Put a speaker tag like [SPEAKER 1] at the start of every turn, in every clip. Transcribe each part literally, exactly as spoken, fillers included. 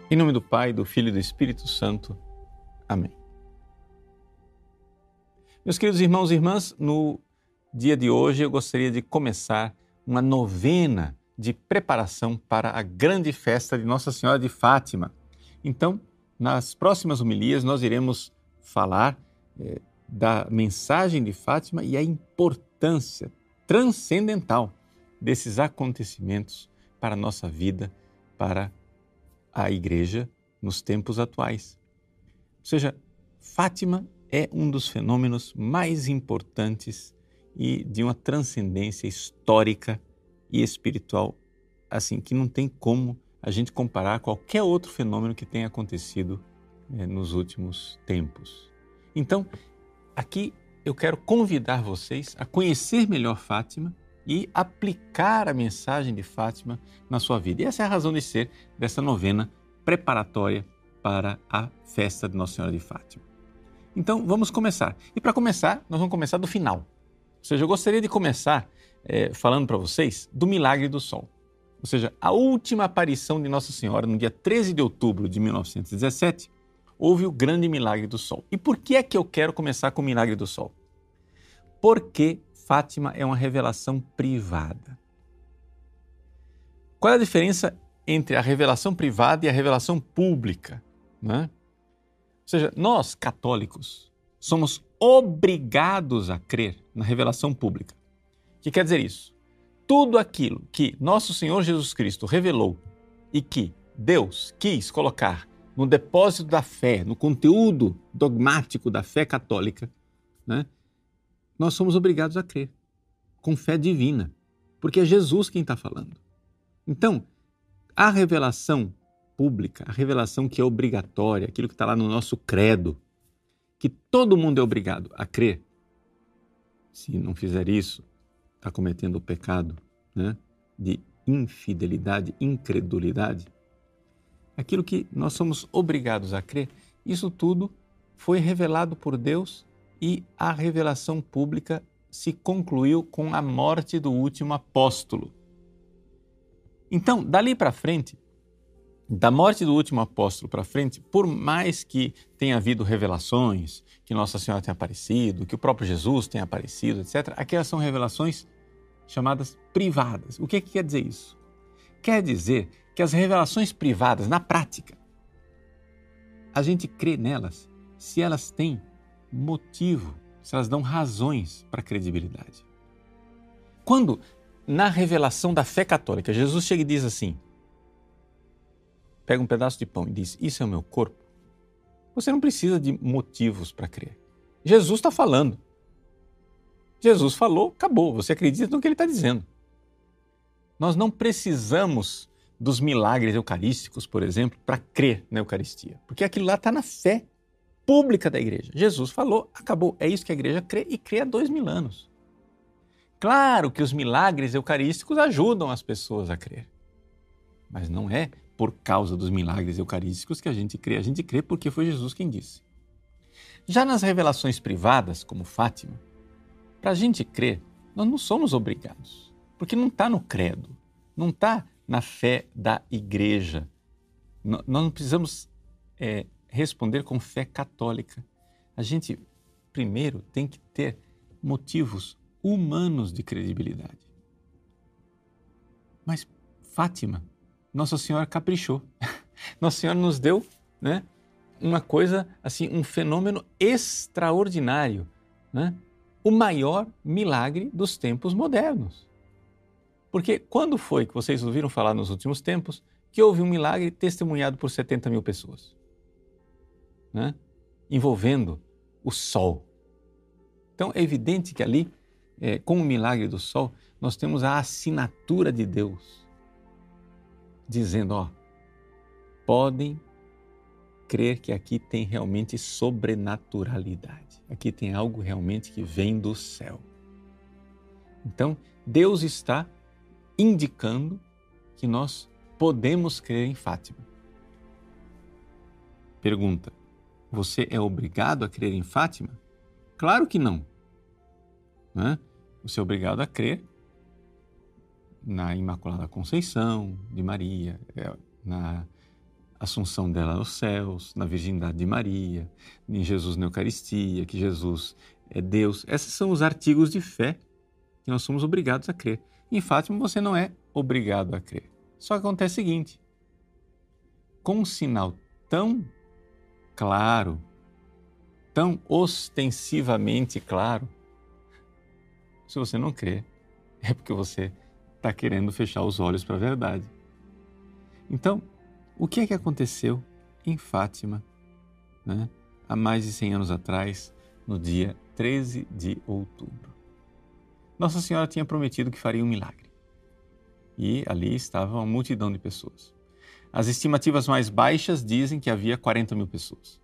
[SPEAKER 1] Em nome do Pai, do Filho e do Espírito Santo. Amém. Meus queridos irmãos e irmãs, no dia de hoje eu gostaria de começar uma novena de preparação para a grande festa de Nossa Senhora de Fátima. Então, nas próximas homilias nós iremos falar eh, da mensagem de Fátima e a importância transcendental desses acontecimentos para a nossa vida, para a Igreja nos tempos atuais. Ou seja, Fátima é um dos fenômenos mais importantes e de uma transcendência histórica e espiritual, assim, que não tem como a gente comparar qualquer outro fenômeno que tenha acontecido eh, nos últimos tempos. Então, aqui eu quero convidar vocês a conhecer melhor Fátima e aplicar a mensagem de Fátima na sua vida. E essa é a razão de ser dessa novena preparatória para a festa de Nossa Senhora de Fátima. Então, vamos começar. E para começar, nós vamos começar do final. Ou seja, eu gostaria de começar é, falando para vocês do Milagre do Sol. Ou seja, a última aparição de Nossa Senhora, no dia treze de outubro de mil novecentos e dezessete, houve o grande Milagre do Sol. E por que é que eu quero começar com o Milagre do Sol? Porque Fátima é uma revelação privada. Qual é a diferença entre a revelação privada e a revelação pública, né? Ou seja, nós, católicos, somos obrigados a crer na revelação pública. O que quer dizer isso? Tudo aquilo que nosso Senhor Jesus Cristo revelou e que Deus quis colocar no depósito da fé, no conteúdo dogmático da fé católica, né? Nós somos obrigados a crer, com fé divina, porque é Jesus quem está falando. Então, a revelação pública, a revelação que é obrigatória, aquilo que está lá no nosso credo, que todo mundo é obrigado a crer, se não fizer isso, está cometendo o pecado, né, de infidelidade, incredulidade, aquilo que nós somos obrigados a crer, isso tudo foi revelado por Deus e a revelação pública se concluiu com a morte do último apóstolo. Então, dali para frente, da morte do último apóstolo para frente, por mais que tenha havido revelações, que Nossa Senhora tenha aparecido, que o próprio Jesus tenha aparecido, etcétera, aquelas são revelações chamadas privadas. O que, que quer dizer isso? Quer dizer que as revelações privadas, na prática, a gente crê nelas se elas têm motivo, se elas dão razões para a credibilidade. Quando, na revelação da fé católica, Jesus chega e diz assim, pega um pedaço de pão e diz, isso é o meu corpo, você não precisa de motivos para crer. Jesus está falando. Jesus falou, acabou, você acredita no que ele está dizendo. Nós não precisamos dos milagres eucarísticos, por exemplo, para crer na Eucaristia, porque aquilo lá está na fé pública da igreja. Jesus falou, acabou. É isso que a igreja crê e crê há dois mil anos. Claro que os milagres eucarísticos ajudam as pessoas a crer, mas não é por causa dos milagres eucarísticos que a gente crê. A gente crê porque foi Jesus quem disse. Já nas revelações privadas, como Fátima, para a gente crer, nós não somos obrigados, porque não está no credo, não está na fé da igreja. Nós não precisamos é, responder com fé católica. A gente, primeiro, tem que ter motivos humanos de credibilidade. Mas Fátima, Nossa Senhora caprichou. Nossa Senhora nos deu, né, uma coisa, assim, um fenômeno extraordinário, né? O maior milagre dos tempos modernos. Porque quando foi que vocês ouviram falar nos últimos tempos que houve um milagre testemunhado por setenta mil pessoas? Né? Envolvendo o sol. Então é evidente que ali, é, com o milagre do sol, nós temos a assinatura de Deus, dizendo, ó, podem crer que aqui tem realmente sobrenaturalidade, aqui tem algo realmente que vem do céu. Então, Deus está indicando que nós podemos crer em Fátima. Pergunta, você é obrigado a crer em Fátima? Claro que não. Né? Você é obrigado a crer na Imaculada Conceição de Maria, na assunção dela aos céus, na virgindade de Maria, em Jesus na Eucaristia, que Jesus é Deus. Esses são os artigos de fé que nós somos obrigados a crer. Em Fátima você não é obrigado a crer. Só que acontece o seguinte, com um sinal tão claro, tão ostensivamente claro, se você não crê, é porque você está querendo fechar os olhos para a verdade. Então, o que é que aconteceu em Fátima, né, há mais de cem anos atrás, no dia treze de outubro? Nossa Senhora tinha prometido que faria um milagre. E ali estava uma multidão de pessoas. As estimativas mais baixas dizem que havia quarenta mil pessoas.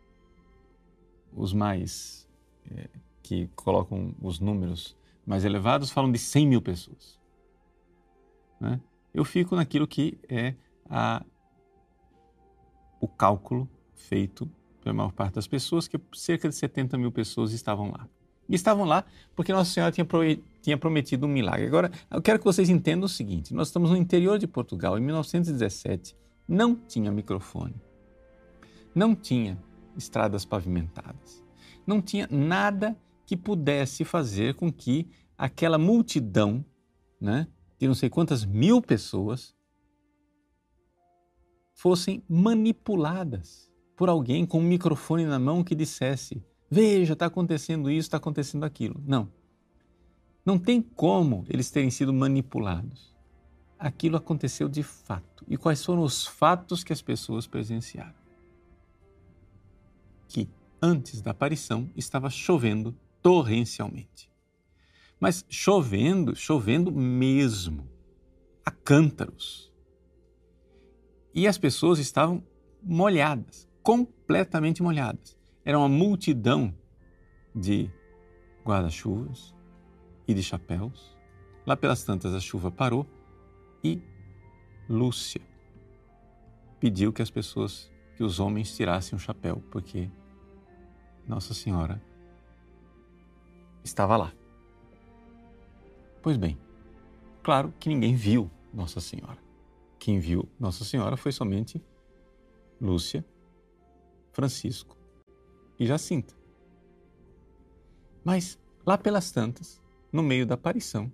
[SPEAKER 1] Os mais, é, que colocam os números mais elevados, falam de cem mil pessoas. Né? Eu fico naquilo que é a, o cálculo feito pela maior parte das pessoas, que cerca de setenta mil pessoas estavam lá. E estavam lá porque Nossa Senhora tinha, pro, tinha prometido um milagre. Agora, eu quero que vocês entendam o seguinte, nós estamos no interior de Portugal, em mil novecentos e dezessete, não tinha microfone, não tinha estradas pavimentadas, não tinha nada que pudesse fazer com que aquela multidão, né, de não sei quantas mil pessoas, fossem manipuladas por alguém com um microfone na mão que dissesse: veja, está acontecendo isso, está acontecendo aquilo. Não. Não tem como eles terem sido manipulados. Aquilo aconteceu de fato. E quais foram os fatos que as pessoas presenciaram? Que antes da aparição estava chovendo torrencialmente. Mas chovendo, chovendo mesmo, a cântaros. E as pessoas estavam molhadas, completamente molhadas. Era uma multidão de guarda-chuvas e de chapéus. Lá pelas tantas a chuva parou e Lúcia pediu que as pessoas, que os homens tirassem o chapéu, porque Nossa Senhora estava lá. Pois bem, claro que ninguém viu Nossa Senhora. Quem viu Nossa Senhora foi somente Lúcia, Francisco e Jacinta. Mas lá pelas tantas, no meio da aparição,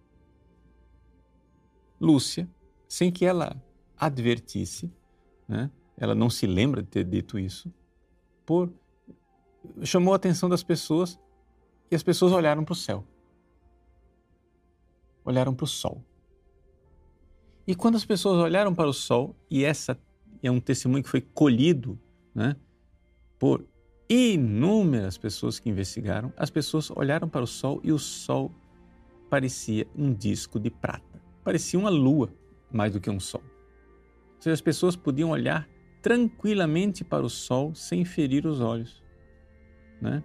[SPEAKER 1] Lúcia, sem que ela advertisse, né, ela não se lembra de ter dito isso, por, chamou a atenção das pessoas e as pessoas olharam para o céu. Olharam para o sol. E quando as pessoas olharam para o sol, e essa é um testemunho que foi colhido, né, por inúmeras pessoas que investigaram, as pessoas olharam para o sol e o sol parecia um disco de prata. Parecia uma lua mais do que um sol. Ou seja, as pessoas podiam olhar tranquilamente para o sol sem ferir os olhos, né?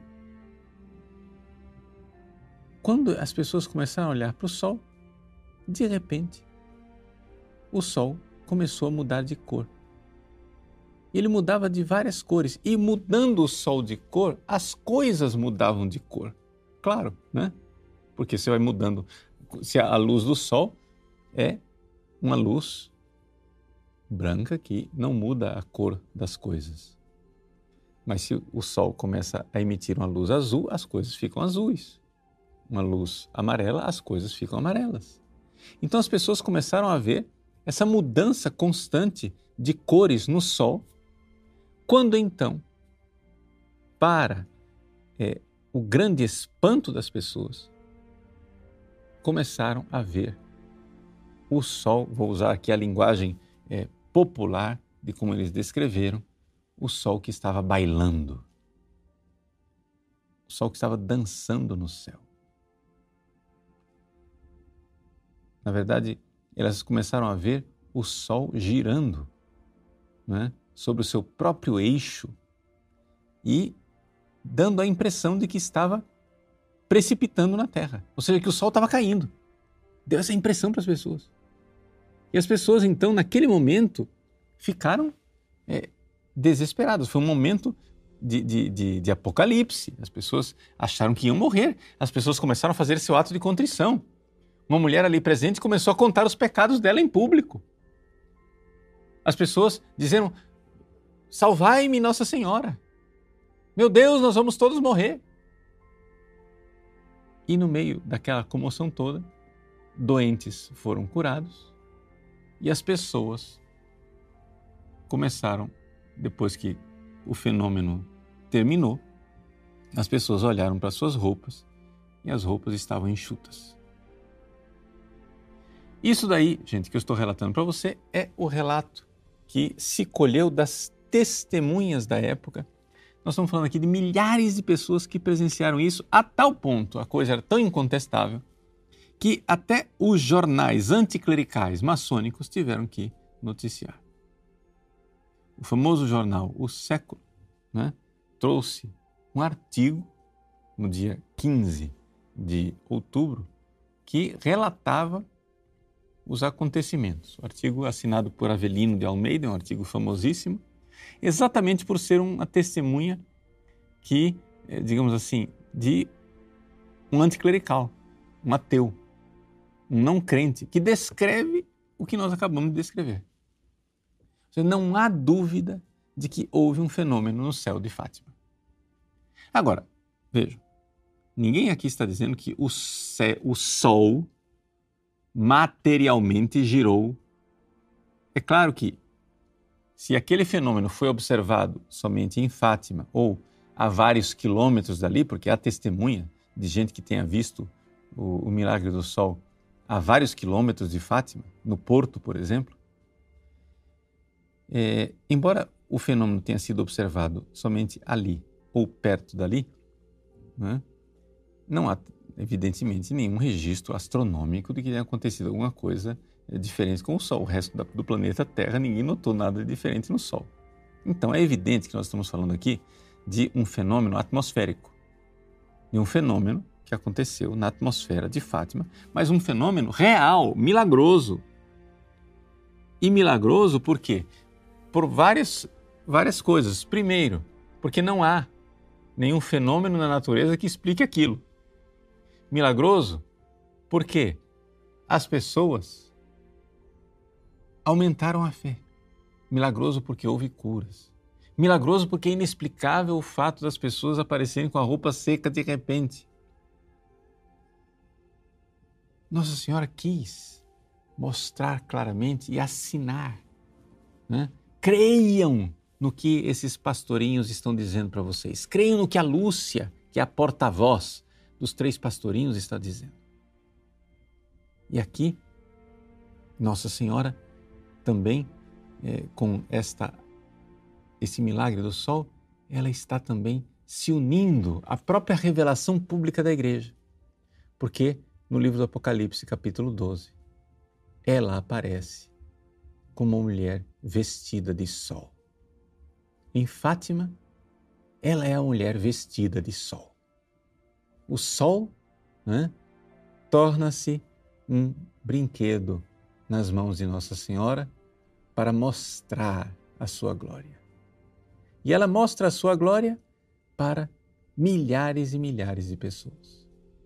[SPEAKER 1] Quando as pessoas começaram a olhar para o sol, de repente, o sol começou a mudar de cor. Ele mudava de várias cores. E mudando o sol de cor, as coisas mudavam de cor. Claro, né? Porque você vai mudando. Se a luz do sol é uma luz branca que não muda a cor das coisas. Mas se o sol começa a emitir uma luz azul, as coisas ficam azuis. Uma luz amarela, as coisas ficam amarelas. Então as pessoas começaram a ver essa mudança constante de cores no sol, quando então, para é, o grande espanto das pessoas, começaram a ver o sol, vou usar aqui a linguagem é, popular de como eles descreveram, o sol que estava bailando, o sol que estava dançando no céu. Na verdade, elas começaram a ver o sol girando, né, sobre o seu próprio eixo e dando a impressão de que estava precipitando na Terra. Ou seja, que o sol estava caindo. Deu essa impressão para as pessoas. E as pessoas, então, naquele momento, ficaram é, desesperadas. Foi um momento de, de, de, de apocalipse. As pessoas acharam que iam morrer. As pessoas começaram a fazer seu ato de contrição. Uma mulher ali presente começou a contar os pecados dela em público. As pessoas dizeram, salvai-me, Nossa Senhora. Meu Deus, nós vamos todos morrer. E no meio daquela comoção toda, doentes foram curados e as pessoas começaram, depois que o fenômeno terminou, as pessoas olharam para suas roupas e as roupas estavam enxutas. Isso daí, gente, que eu estou relatando para você, é o relato que se colheu das testemunhas da época. Nós estamos falando aqui de milhares de pessoas que presenciaram isso a tal ponto, a coisa era tão incontestável, que até os jornais anticlericais maçônicos tiveram que noticiar. O famoso jornal O Século, né, trouxe um artigo no dia quinze de outubro que relatava os acontecimentos. O artigo assinado por Avelino de Almeida, um artigo famosíssimo, exatamente por ser uma testemunha que, digamos assim, de um anticlerical, um ateu, um não crente, que descreve o que nós acabamos de descrever. Ou seja, não há dúvida de que houve um fenômeno no céu de Fátima. Agora, vejam, ninguém aqui está dizendo que o, céu, o Sol materialmente girou. É claro que se aquele fenômeno foi observado somente em Fátima ou a vários quilômetros dali, porque há testemunha de gente que tenha visto o, o milagre do Sol a vários quilômetros de Fátima, no Porto, por exemplo, é, embora o fenômeno tenha sido observado somente ali ou perto dali, né, não há, evidentemente, nenhum registro astronômico de que tenha acontecido alguma coisa diferente com o Sol. O resto do planeta Terra, ninguém notou nada de diferente no Sol. Então, é evidente que nós estamos falando aqui de um fenômeno atmosférico, de um fenômeno que aconteceu na atmosfera de Fátima, mas um fenômeno real, milagroso. E milagroso por quê? Por várias, várias coisas. Primeiro, porque não há nenhum fenômeno na natureza que explique aquilo. Milagroso porque as pessoas aumentaram a fé. Milagroso porque houve curas. Milagroso porque é inexplicável o fato das pessoas aparecerem com a roupa seca de repente. Nossa Senhora quis mostrar claramente e assinar, né? Creiam no que esses pastorinhos estão dizendo para vocês. Creiam no que a Lúcia, que é a porta-voz dos três pastorinhos, está dizendo. E aqui, Nossa Senhora também, é, com esta, esse milagre do Sol, ela está também se unindo à própria revelação pública da Igreja. Porque no livro do Apocalipse, capítulo doze, ela aparece como uma mulher vestida de sol. Em Fátima, ela é a mulher vestida de sol. O sol, né, torna-se um brinquedo nas mãos de Nossa Senhora para mostrar a sua glória. E ela mostra a sua glória para milhares e milhares de pessoas.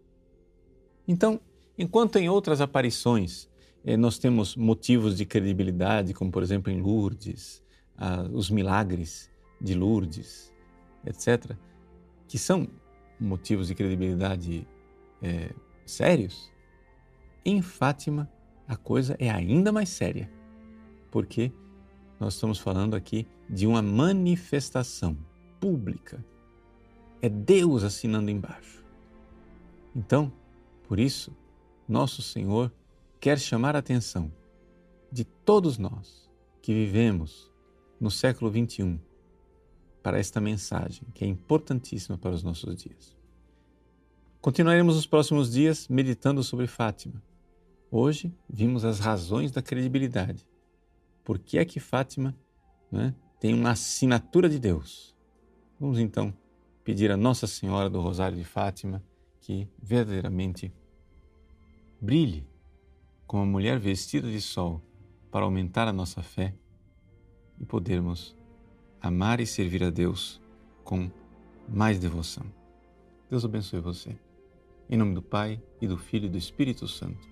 [SPEAKER 1] Então, enquanto em outras aparições eh, nós temos motivos de credibilidade, como por exemplo em Lourdes, ah, os milagres de Lourdes, etcétera, que são motivos de credibilidade eh, sérios, em Fátima a coisa é ainda mais séria, porque nós estamos falando aqui de uma manifestação pública. É Deus assinando embaixo. Então, por isso, nosso Senhor quer chamar a atenção de todos nós que vivemos no século vinte e um para esta mensagem que é importantíssima para os nossos dias. Continuaremos nos próximos dias meditando sobre Fátima. Hoje vimos as razões da credibilidade. Por que é que Fátima, né, tem uma assinatura de Deus? Vamos então pedir a Nossa Senhora do Rosário de Fátima que verdadeiramente brilhe como uma mulher vestida de sol para aumentar a nossa fé e podermos amar e servir a Deus com mais devoção. Deus abençoe você. Em nome do Pai, e do Filho e do Espírito Santo.